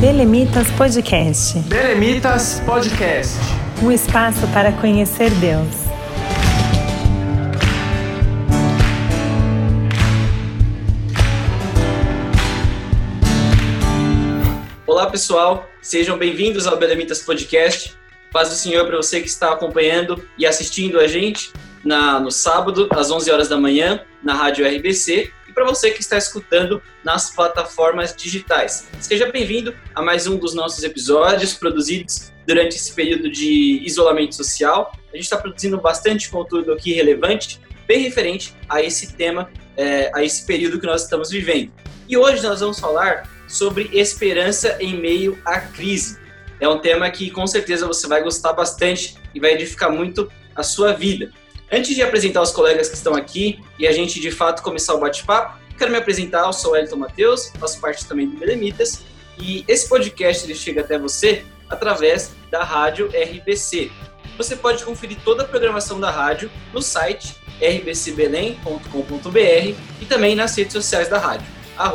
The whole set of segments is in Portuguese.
Belemitas Podcast. Belemitas Podcast. Um espaço para conhecer Deus. Olá pessoal, sejam bem-vindos ao Belemitas Podcast. Paz do Senhor para você que está acompanhando e assistindo a gente no sábado, às 11 horas da manhã, na Rádio RBC, e para você que está escutando nas plataformas digitais. Seja bem-vindo a mais um dos nossos episódios produzidos durante esse período de isolamento social. A gente está produzindo bastante conteúdo aqui relevante, bem referente a esse tema, a esse período que nós estamos vivendo. E hoje nós vamos falar sobre esperança em meio à crise. É um tema que com certeza você vai gostar bastante e vai edificar muito a sua vida. Antes de apresentar os colegas que estão aqui e a gente de fato começar o bate-papo, quero me apresentar. Eu sou o Wellington Matheus, faço parte também do Belemitas, e esse podcast ele chega até você através da Rádio RBC. Você pode conferir toda a programação da rádio no site rbcbelém.com.br e também nas redes sociais da rádio,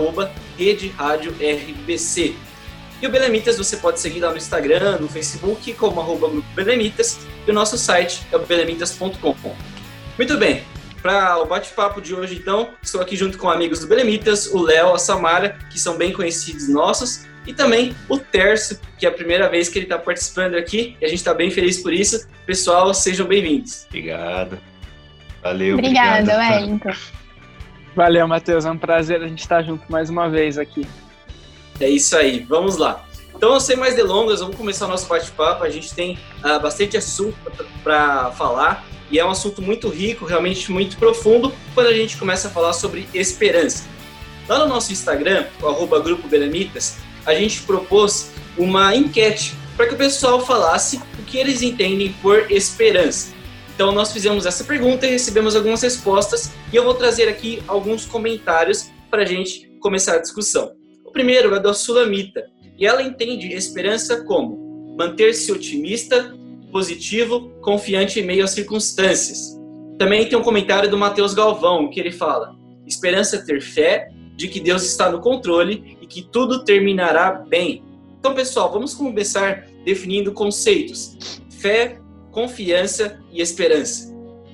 @Rede Rádio RBC. E o Belemitas você pode seguir lá no Instagram, no Facebook, como @Grupo Belemitas, e o nosso site é o belemitas.com. Muito bem, para o bate-papo de hoje, então, estou aqui junto com amigos do Belemitas, o Léo, a Samara, que são bem conhecidos nossos, e também o Tércio, que é a primeira vez que ele está participando aqui, e a gente está bem feliz por isso. Pessoal, sejam bem-vindos. Obrigado. Valeu. Obrigada, Wellington. Valeu, Matheus. É um prazer a gente estar junto mais uma vez aqui. É isso aí, vamos lá. Então, sem mais delongas, vamos começar o nosso bate-papo. A gente tem bastante assunto para falar e é um assunto muito rico, realmente muito profundo, quando a gente começa a falar sobre esperança. Lá no nosso Instagram, o @Grupo Belemitas, a gente propôs uma enquete para que o pessoal falasse o que eles entendem por esperança. Então, nós fizemos essa pergunta e recebemos algumas respostas e eu vou trazer aqui alguns comentários para a gente começar a discussão. O primeiro é da Sulamita, e ela entende esperança como manter-se otimista, positivo, confiante em meio às circunstâncias. Também tem um comentário do Matheus Galvão, que ele fala: esperança é ter fé de que Deus está no controle e que tudo terminará bem. Então, pessoal, vamos começar definindo conceitos: fé, confiança e esperança.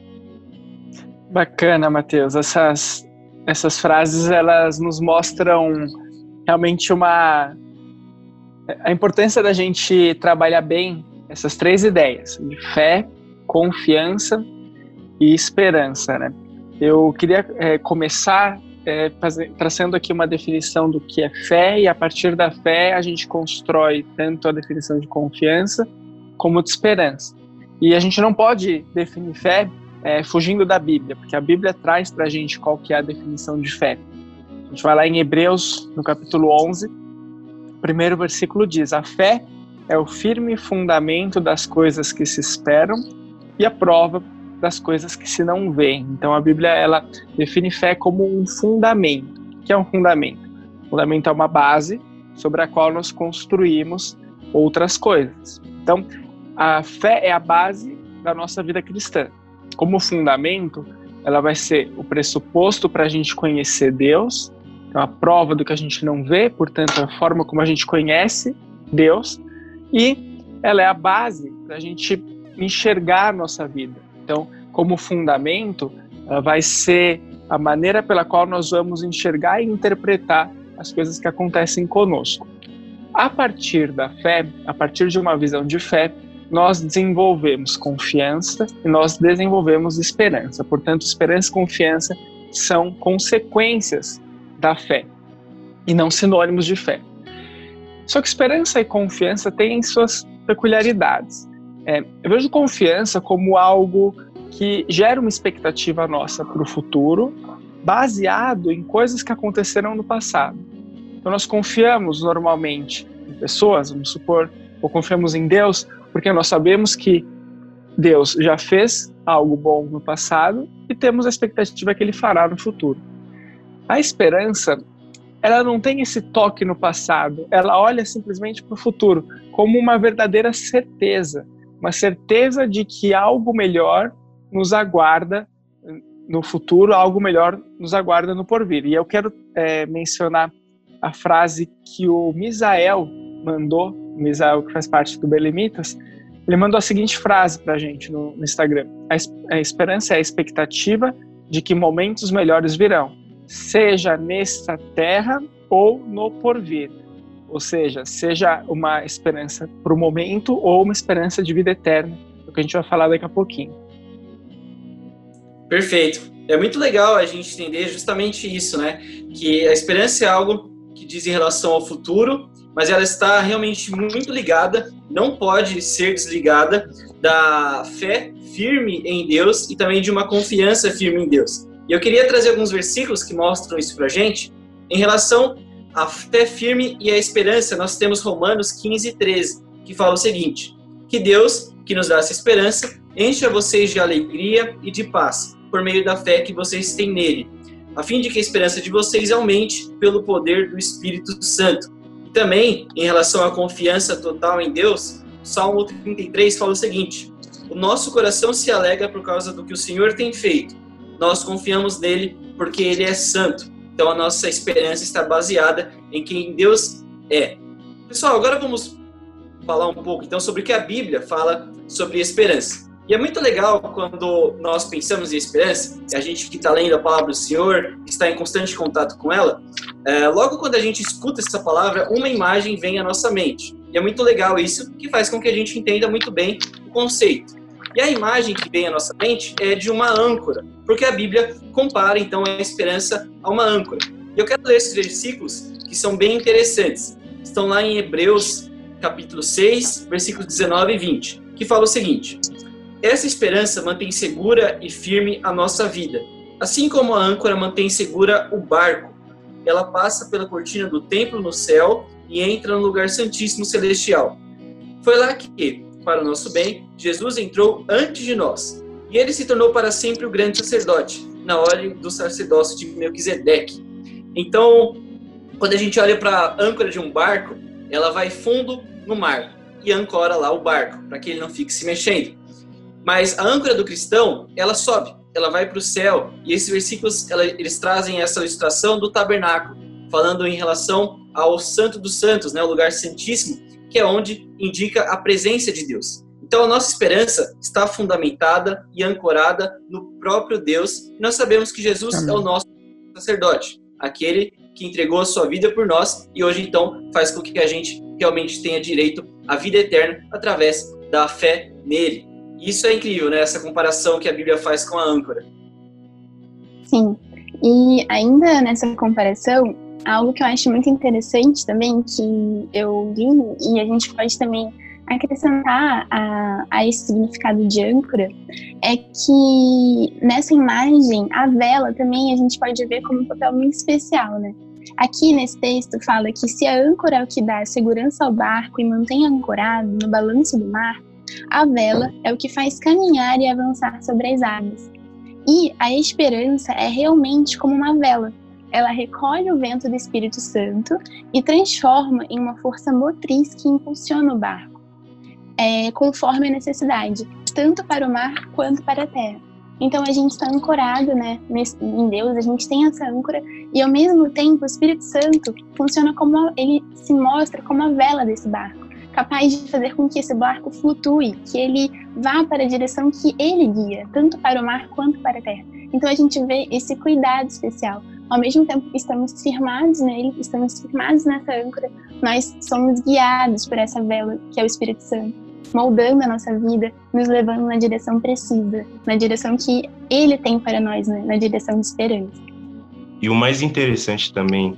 Bacana, Matheus. Essas frases, elas nos mostram realmente a importância da gente trabalhar bem essas três ideias, de fé, confiança e esperança, né? Eu queria começar trazendo aqui uma definição do que é fé, e a partir da fé a gente constrói tanto a definição de confiança como de esperança. E a gente não pode definir fé fugindo da Bíblia, porque a Bíblia traz pra gente qual que é a definição de fé. A gente vai lá em Hebreus, no capítulo 11, o primeiro versículo diz: a fé é o firme fundamento das coisas que se esperam e a prova das coisas que se não veem. Então a Bíblia, ela define fé como um fundamento. O que é um fundamento? O fundamento é uma base sobre a qual nós construímos outras coisas. Então a fé é a base da nossa vida cristã. Como fundamento, ela vai ser o pressuposto para a gente conhecer Deus, então a prova do que a gente não vê, portanto a forma como a gente conhece Deus, e ela é a base para a gente enxergar a nossa vida. Então, como fundamento, ela vai ser a maneira pela qual nós vamos enxergar e interpretar as coisas que acontecem conosco. A partir da fé, a partir de uma visão de fé, nós desenvolvemos confiança e nós desenvolvemos esperança. Portanto, esperança e confiança são consequências da fé e não sinônimos de fé. Só que esperança e confiança têm suas peculiaridades. Eu vejo confiança como algo que gera uma expectativa nossa para o futuro, baseado em coisas que aconteceram no passado. Então nós confiamos normalmente em pessoas, vamos supor, ou confiamos em Deus, porque nós sabemos que Deus já fez algo bom no passado e temos a expectativa que Ele fará no futuro. A esperança, ela não tem esse toque no passado, ela olha simplesmente para o futuro, como uma verdadeira certeza, uma certeza de que algo melhor nos aguarda no futuro, algo melhor nos aguarda no porvir. E eu quero mencionar a frase que o Misael mandou, o Misael, que faz parte do Belemitas, ele mandou a seguinte frase pra gente no Instagram: a esperança é a expectativa de que momentos melhores virão, seja nesta terra ou no porvir. Ou seja uma esperança para o momento ou uma esperança de vida eterna, é o que a gente vai falar daqui a pouquinho. Perfeito. É muito legal a gente entender justamente isso, né? Que a esperança é algo que diz em relação ao futuro, mas ela está realmente muito ligada, não pode ser desligada da fé firme em Deus e também de uma confiança firme em Deus. E eu queria trazer alguns versículos que mostram isso pra gente. Em relação à fé firme e à esperança, nós temos Romanos 15:13, que fala o seguinte: que Deus, que nos dá essa esperança, encha vocês de alegria e de paz, por meio da fé que vocês têm nele, a fim de que a esperança de vocês aumente pelo poder do Espírito Santo. E também, em relação à confiança total em Deus, Salmo 33 fala o seguinte: o nosso coração se alegra por causa do que o Senhor tem feito. Nós confiamos nele porque ele é santo. Então a nossa esperança está baseada em quem Deus é. Pessoal, agora vamos falar um pouco então sobre o que a Bíblia fala sobre esperança. E é muito legal quando nós pensamos em esperança, a gente que está lendo a palavra do Senhor, está em constante contato com ela, logo quando a gente escuta essa palavra, uma imagem vem à nossa mente. E é muito legal isso, que faz com que a gente entenda muito bem o conceito. E a imagem que vem à nossa mente é de uma âncora, porque a Bíblia compara então a esperança a uma âncora. E eu quero ler esses versículos que são bem interessantes. Estão lá em Hebreus capítulo 6, versículos 19 e 20, que fala o seguinte: essa esperança mantém segura e firme a nossa vida, assim como a âncora mantém segura o barco. Ela passa pela cortina do templo no céu e entra no lugar santíssimo celestial. Foi lá que, para o nosso bem, Jesus entrou antes de nós, e ele se tornou para sempre o grande sacerdote, na ordem do sacerdócio de Melquisedeque. Então, quando a gente olha para a âncora de um barco, ela vai fundo no mar e ancora lá o barco, para que ele não fique se mexendo. Mas a âncora do cristão, ela sobe, ela vai para o céu, e esses versículos, eles trazem essa ilustração do tabernáculo, falando em relação ao Santo dos Santos, né, o lugar santíssimo, que é onde indica a presença de Deus. Então a nossa esperança está fundamentada e ancorada no próprio Deus. E nós sabemos que Jesus é o nosso sacerdote, aquele que entregou a sua vida por nós e hoje então faz com que a gente realmente tenha direito à vida eterna através da fé nele. E isso é incrível, né? Essa comparação que a Bíblia faz com a âncora. Sim, e ainda nessa comparação, algo que eu acho muito interessante também, que eu li, e a gente pode também acrescentar a esse significado de âncora, é que nessa imagem, a vela também a gente pode ver como um papel muito especial, né? Aqui nesse texto fala que se a âncora é o que dá segurança ao barco e mantém ancorado no balanço do mar, a vela é o que faz caminhar e avançar sobre as águas. E a esperança é realmente como uma vela. Ela recolhe o vento do Espírito Santo e transforma em uma força motriz que impulsiona o barco, conforme a necessidade, tanto para o mar quanto para a terra. Então a gente está ancorado, né, em Deus, a gente tem essa âncora e ao mesmo tempo o Espírito Santo funciona como, ele se mostra como a vela desse barco, capaz de fazer com que esse barco flutue, que ele vá para a direção que ele guia, tanto para o mar quanto para a terra. Então a gente vê esse cuidado especial. Ao mesmo tempo que estamos firmados nele, estamos firmados nessa âncora, nós somos guiados por essa vela que é o Espírito Santo, moldando a nossa vida, nos levando na direção precisa, na direção que ele tem para nós, né? Na direção de esperança. E o mais interessante também,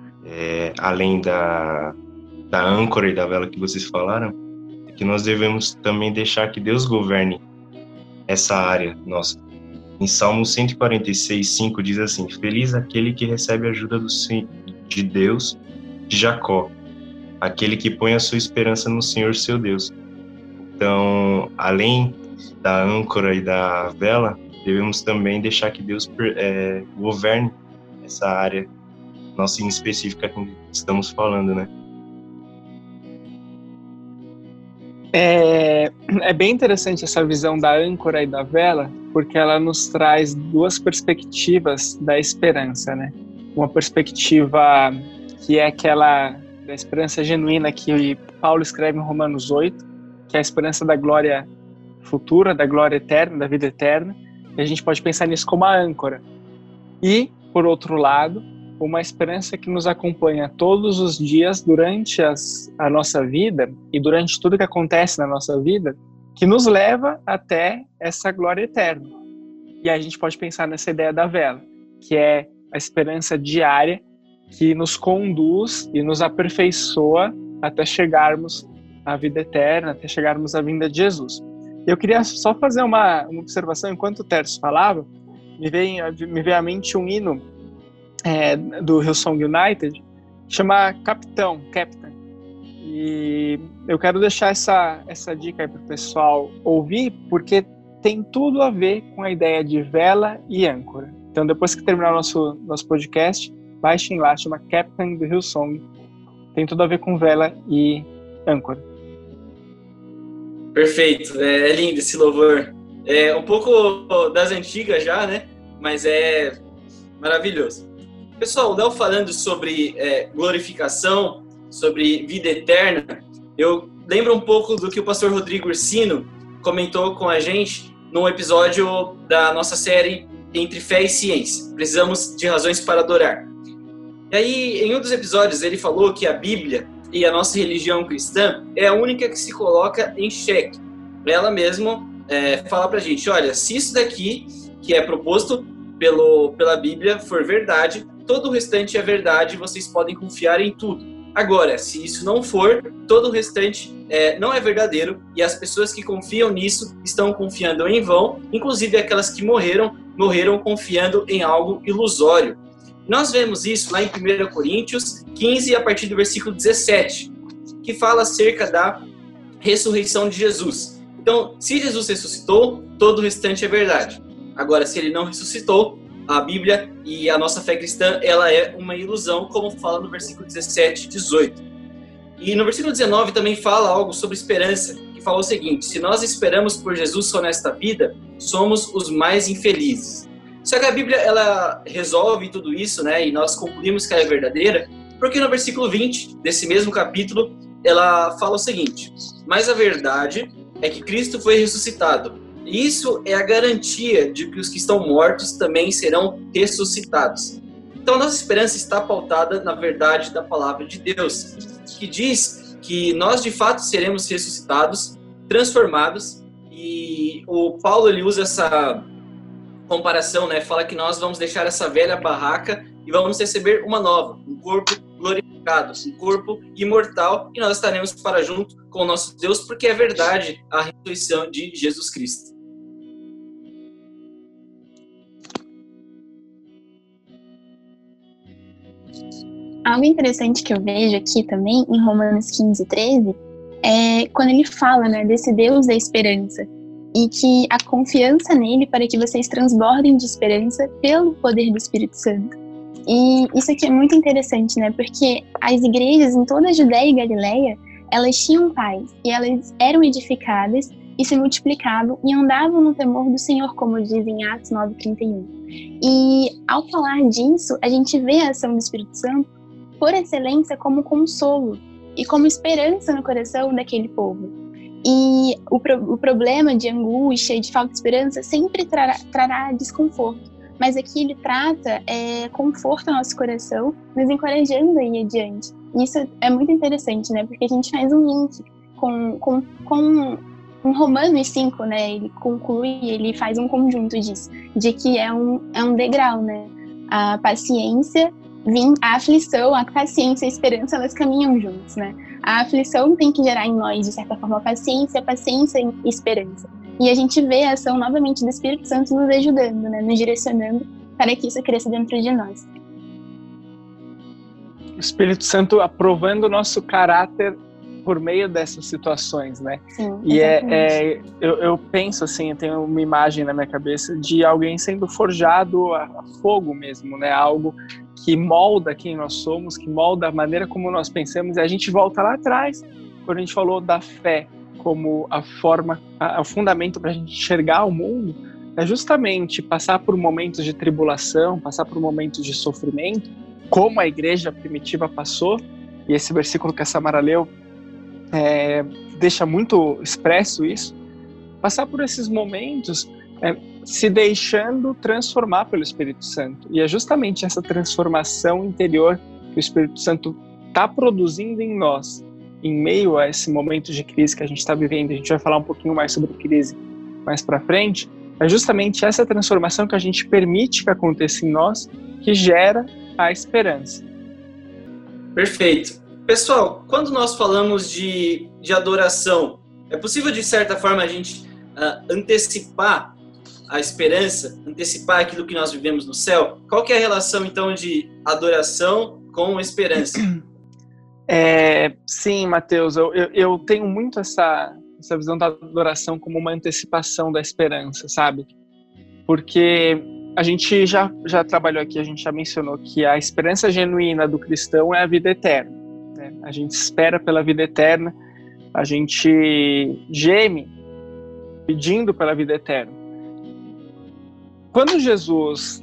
além da âncora e da vela que vocês falaram, é que nós devemos também deixar que Deus governe essa área nossa. Em Salmo 146:5 diz assim: feliz aquele que recebe a ajuda de Deus, de Jacó, aquele que põe a sua esperança no Senhor seu Deus. Então, além da âncora e da vela, devemos também deixar que Deus governe essa área nossa em específica que estamos falando, né? É bem interessante essa visão da âncora e da vela, porque ela nos traz duas perspectivas da esperança, né? Uma perspectiva que é aquela da esperança genuína que Paulo escreve em Romanos 8, que é a esperança da glória futura, da glória eterna, da vida eterna. E a gente pode pensar nisso como a âncora. E, por outro lado, uma esperança que nos acompanha todos os dias durante a nossa vida e durante tudo que acontece na nossa vida, que nos leva até essa glória eterna. E a gente pode pensar nessa ideia da vela, que é a esperança diária que nos conduz e nos aperfeiçoa até chegarmos à vida eterna, até chegarmos à vinda de Jesus. Eu queria só fazer uma observação, enquanto o Tércio falava, me veio à mente um hino do Hillsong United, que chama Captain. E eu quero deixar essa dica aí para o pessoal ouvir, porque tem tudo a ver com a ideia de vela e âncora. Então, depois que terminar o nosso podcast, baixem lá, chama Captain do Hillsong. Tem tudo a ver com vela e âncora. Perfeito, é lindo esse louvor. É um pouco das antigas já, né? Mas é maravilhoso. Pessoal, o Léo falando sobre glorificação, sobre vida eterna, eu lembro um pouco do que o pastor Rodrigo Ursino comentou com a gente num episódio da nossa série Entre Fé e Ciência. Precisamos de razões para adorar. E aí, em um dos episódios, ele falou que a Bíblia e a nossa religião cristã é a única que se coloca em xeque. Ela mesma fala pra gente, olha, se isso daqui, que é proposto pela Bíblia, for verdade, todo o restante é verdade, vocês podem confiar em tudo. Agora, se isso não for, todo o restante não é verdadeiro, e as pessoas que confiam nisso estão confiando em vão, inclusive aquelas que morreram confiando em algo ilusório. Nós vemos isso lá em 1 Coríntios 15, a partir do versículo 17, que fala acerca da ressurreição de Jesus. Então, se Jesus ressuscitou, todo o restante é verdade. Agora, se ele não ressuscitou, a Bíblia e a nossa fé cristã, ela é uma ilusão, como fala no versículo 17 e 18. E no versículo 19 também fala algo sobre esperança, que fala o seguinte: se nós esperamos por Jesus só nesta vida, somos os mais infelizes. Só que a Bíblia, ela resolve tudo isso, né? E nós concluímos que ela é verdadeira, porque no versículo 20 desse mesmo capítulo, ela fala o seguinte: mas a verdade é que Cristo foi ressuscitado. E isso é a garantia de que os que estão mortos também serão ressuscitados. Então, a nossa esperança está pautada na verdade da palavra de Deus, que diz que nós, de fato, seremos ressuscitados, transformados. E o Paulo, ele usa essa comparação, né? Fala que nós vamos deixar essa velha barraca e vamos receber uma nova, um corpo glorificado, um corpo imortal, e nós estaremos para junto com o nosso Deus, porque é verdade a ressurreição de Jesus Cristo. Algo interessante que eu vejo aqui também, em Romanos 15, 13, é quando ele fala, né, desse Deus da esperança, e que a confiança nele para que vocês transbordem de esperança pelo poder do Espírito Santo. E isso aqui é muito interessante, né, porque as igrejas em toda a Judéia e Galileia, elas tinham paz, e elas eram edificadas e se multiplicavam e andavam no temor do Senhor, como diz em Atos 9:31. E ao falar disso, a gente vê a ação do Espírito Santo por excelência como consolo e como esperança no coração daquele povo. E o problema de angústia e de falta de esperança sempre trará desconforto, mas aqui ele trata conforto ao nosso coração, nos encorajando a ir adiante. E isso é muito interessante, né? Porque a gente faz um link com em Romanos 5, né? Ele conclui, ele faz um conjunto disso, de que é um degrau, né? A paciência, a aflição, a paciência e a esperança, elas caminham juntos, né? A aflição tem que gerar em nós, de certa forma, paciência e esperança. E a gente vê a ação novamente do Espírito Santo nos ajudando, né? Nos direcionando para que isso cresça dentro de nós. O Espírito Santo aprovando o nosso caráter por meio dessas situações, né? Sim, e eu penso assim, eu tenho uma imagem na minha cabeça de alguém sendo forjado a fogo mesmo, né? Algo que molda quem nós somos, que molda a maneira como nós pensamos. E a gente volta lá atrás, quando a gente falou da fé como a forma, o fundamento para a gente enxergar o mundo, é justamente passar por momentos de tribulação, passar por momentos de sofrimento, como a igreja primitiva passou, e esse versículo que a Samara leu deixa muito expresso isso, passar por esses momentos se deixando transformar pelo Espírito Santo. E é justamente essa transformação interior que o Espírito Santo está produzindo em nós, em meio a esse momento de crise que a gente está vivendo. A gente vai falar um pouquinho mais sobre crise mais para frente. É justamente essa transformação que a gente permite que aconteça em nós que gera a esperança. Perfeito. Pessoal, quando nós falamos de adoração, é possível, de certa forma, a gente antecipar a esperança, antecipar aquilo que nós vivemos no céu? Qual que é a relação, então, de adoração com esperança? Sim, Mateus, eu tenho muito essa visão da adoração como uma antecipação da esperança, sabe? Porque a gente já trabalhou aqui, a gente já mencionou que a esperança genuína do cristão é a vida eterna, né? A gente espera pela vida eterna, a gente geme pedindo pela vida eterna. Quando Jesus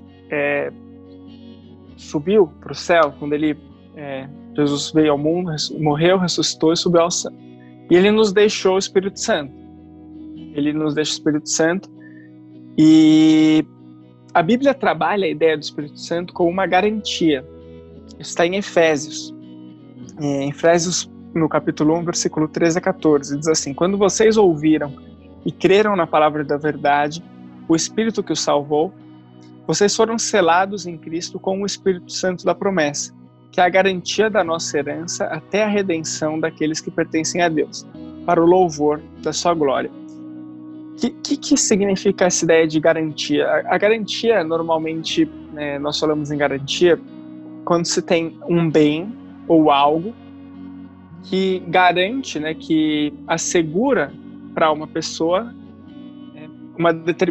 subiu para o céu, quando Jesus veio ao mundo, morreu, ressuscitou e subiu ao céu, e ele nos deixou o Espírito Santo. Ele nos deixa o Espírito Santo, e a Bíblia trabalha a ideia do Espírito Santo como uma garantia. Isso está em Efésios. Em Efésios, no capítulo 1, versículo 13 a 14, diz assim: quando vocês ouviram e creram na palavra da verdade, o Espírito que os salvou, vocês foram selados em Cristo com o Espírito Santo da promessa, que é a garantia da nossa herança até a redenção daqueles que pertencem a Deus, para o louvor da sua glória. O que significa essa ideia de garantia? A garantia, normalmente, nós falamos em garantia quando se tem um bem ou algo que garante, que assegura para uma pessoa um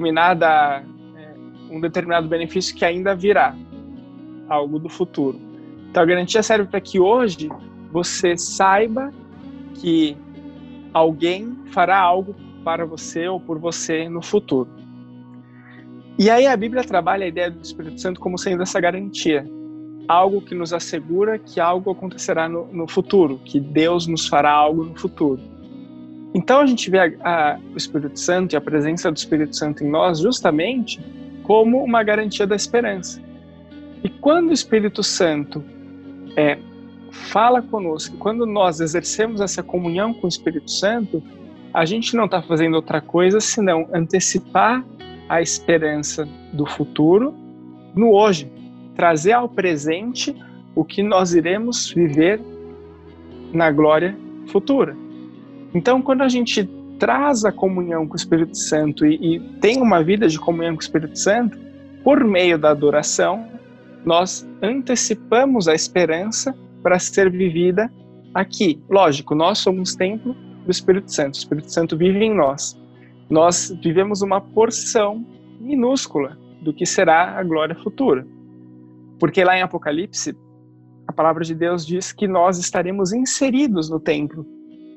determinado benefício que ainda virá, algo do futuro. Então a garantia serve para que hoje você saiba que alguém fará algo para você ou por você no futuro. E aí a Bíblia trabalha a ideia do Espírito Santo como sendo essa garantia, algo que nos assegura que algo acontecerá no futuro, que Deus nos fará algo no futuro. Então a gente vê o Espírito Santo e a presença do Espírito Santo em nós justamente como uma garantia da esperança. E quando o Espírito Santo fala conosco, quando nós exercemos essa comunhão com o Espírito Santo, a gente não está fazendo outra coisa senão antecipar a esperança do futuro no hoje, trazer ao presente o que nós iremos viver na glória futura. Então, quando a gente traz a comunhão com o Espírito Santo e tem uma vida de comunhão com o Espírito Santo, por meio da adoração, nós antecipamos a esperança para ser vivida aqui. Lógico, nós somos templo do Espírito Santo. O Espírito Santo vive em nós. Nós vivemos uma porção minúscula do que será a glória futura. Porque lá em Apocalipse, a palavra de Deus diz que nós estaremos inseridos no templo.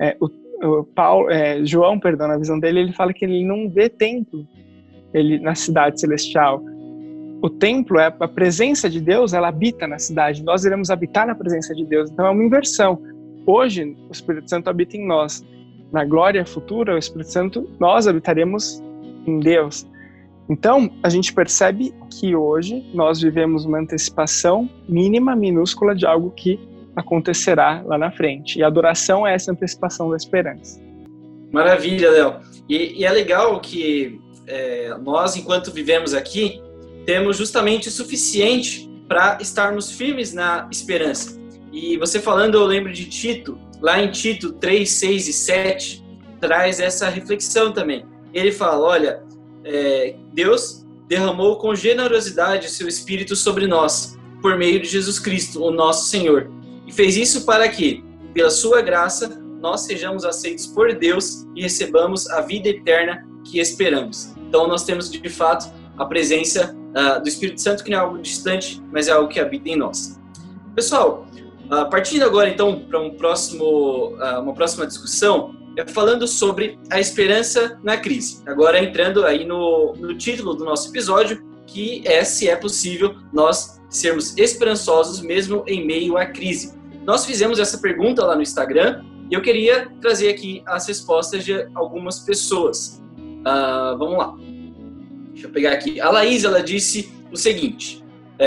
João, na visão dele, ele fala que ele não vê templo na cidade celestial. O templo é a presença de Deus, ela habita na cidade. Nós iremos habitar na presença de Deus. Então é uma inversão. Hoje, o Espírito Santo habita em nós. Na glória futura, o Espírito Santo, nós habitaremos em Deus. Então, a gente percebe que hoje nós vivemos uma antecipação mínima, minúscula de algo que acontecerá lá na frente. E a adoração é essa antecipação da esperança. Maravilha, Léo. E é legal que nós, enquanto vivemos aqui, temos justamente o suficiente para estarmos firmes na esperança. E você falando, eu lembro de Tito, lá em Tito 3, 6 e 7, traz essa reflexão também. Ele fala, olha, Deus derramou com generosidade o seu Espírito sobre nós, por meio de Jesus Cristo, o nosso Senhor. E fez isso para que, pela sua graça, nós sejamos aceitos por Deus e recebamos a vida eterna que esperamos. Então nós temos, de fato, a presença do Espírito Santo, que não é algo distante, mas é algo que habita em nós. Pessoal, partindo agora então para uma próxima discussão, falando sobre a esperança na crise. Agora entrando aí no título do nosso episódio, que se é possível nós sermos esperançosos mesmo em meio à crise. Nós fizemos essa pergunta lá no Instagram e eu queria trazer aqui as respostas de algumas pessoas. Vamos lá. Deixa eu pegar aqui. A Laís, ela disse o seguinte,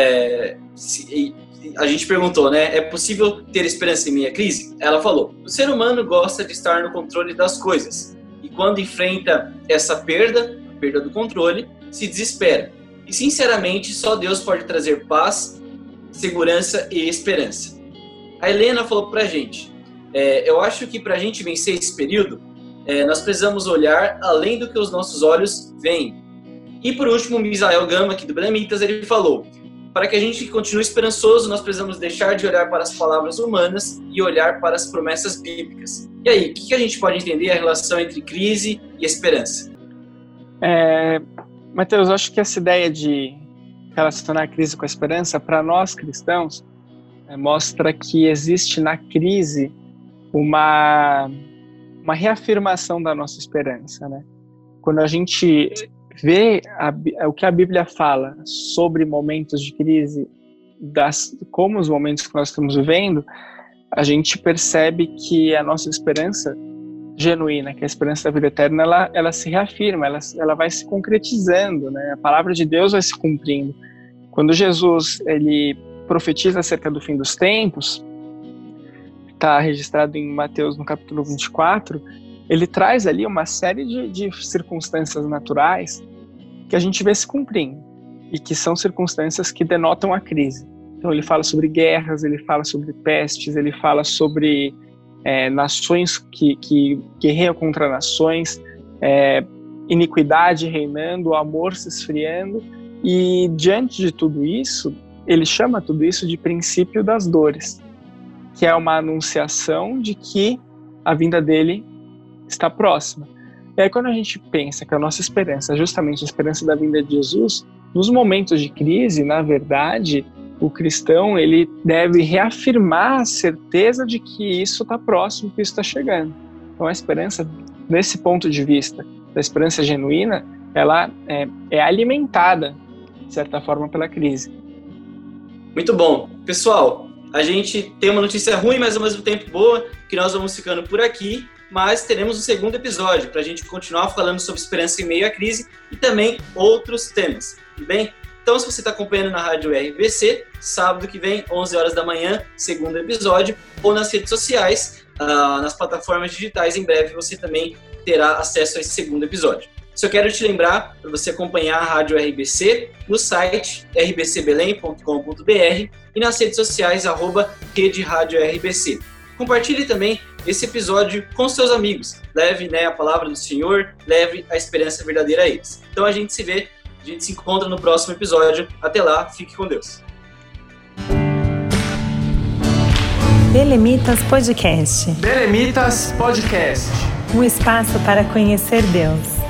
a gente perguntou, né, é possível ter esperança em meio à crise? Ela falou, o ser humano gosta de estar no controle das coisas e quando enfrenta essa perda, a perda do controle, se desespera. E sinceramente, só Deus pode trazer paz, segurança e esperança. A Helena falou pra gente, eu acho que pra gente vencer esse período, nós precisamos olhar além do que os nossos olhos veem. E por último, o Misael Gama, aqui do Belemitas, ele falou, para que a gente continue esperançoso, nós precisamos deixar de olhar para as palavras humanas e olhar para as promessas bíblicas. E aí, o que a gente pode entender a relação entre crise e esperança? Mateus, eu acho que essa ideia de relacionar a crise com a esperança, para nós cristãos, mostra que existe na crise uma reafirmação da nossa esperança, né? Quando a gente vê o que a Bíblia fala sobre momentos de crise, como os momentos que nós estamos vivendo, a gente percebe que a nossa esperança genuína, que a esperança da vida eterna, ela se reafirma, ela vai se concretizando, né? A palavra de Deus vai se cumprindo. Quando Jesus ele profetiza acerca do fim dos tempos, está registrado em Mateus no capítulo 24, ele traz ali uma série de circunstâncias naturais que a gente vê se cumprindo e que são circunstâncias que denotam a crise. Então ele fala sobre guerras, ele fala sobre pestes, ele fala sobre nações que guerreiam contra nações, iniquidade reinando, o amor se esfriando, e diante de tudo isso, ele chama tudo isso de princípio das dores, que é uma anunciação de que a vinda dele está próxima. E aí quando a gente pensa que a nossa esperança é justamente a esperança da vinda de Jesus, nos momentos de crise, na verdade, o cristão ele deve reafirmar a certeza de que isso está próximo, que isso está chegando. Então a esperança, nesse ponto de vista, da esperança genuína, ela é alimentada, de certa forma, pela crise. Muito bom. Pessoal, a gente tem uma notícia ruim, mas ao mesmo tempo boa, que nós vamos ficando por aqui, mas teremos um segundo episódio para a gente continuar falando sobre esperança em meio à crise e também outros temas, tudo bem? Então, se você está acompanhando na Rádio RBC, sábado que vem, 11 horas da manhã, segundo episódio, ou nas redes sociais, nas plataformas digitais, em breve você também terá acesso a esse segundo episódio. Só quero te lembrar para você acompanhar a Rádio RBC no site rbcbelém.com.br e nas redes sociais, @Rede Rádio RBC. Compartilhe também esse episódio com seus amigos. Leve a palavra do Senhor, leve a esperança verdadeira a eles. Então a gente se encontra no próximo episódio. Até lá, fique com Deus. Belemitas Podcast. Belemitas Podcast. Um espaço para conhecer Deus.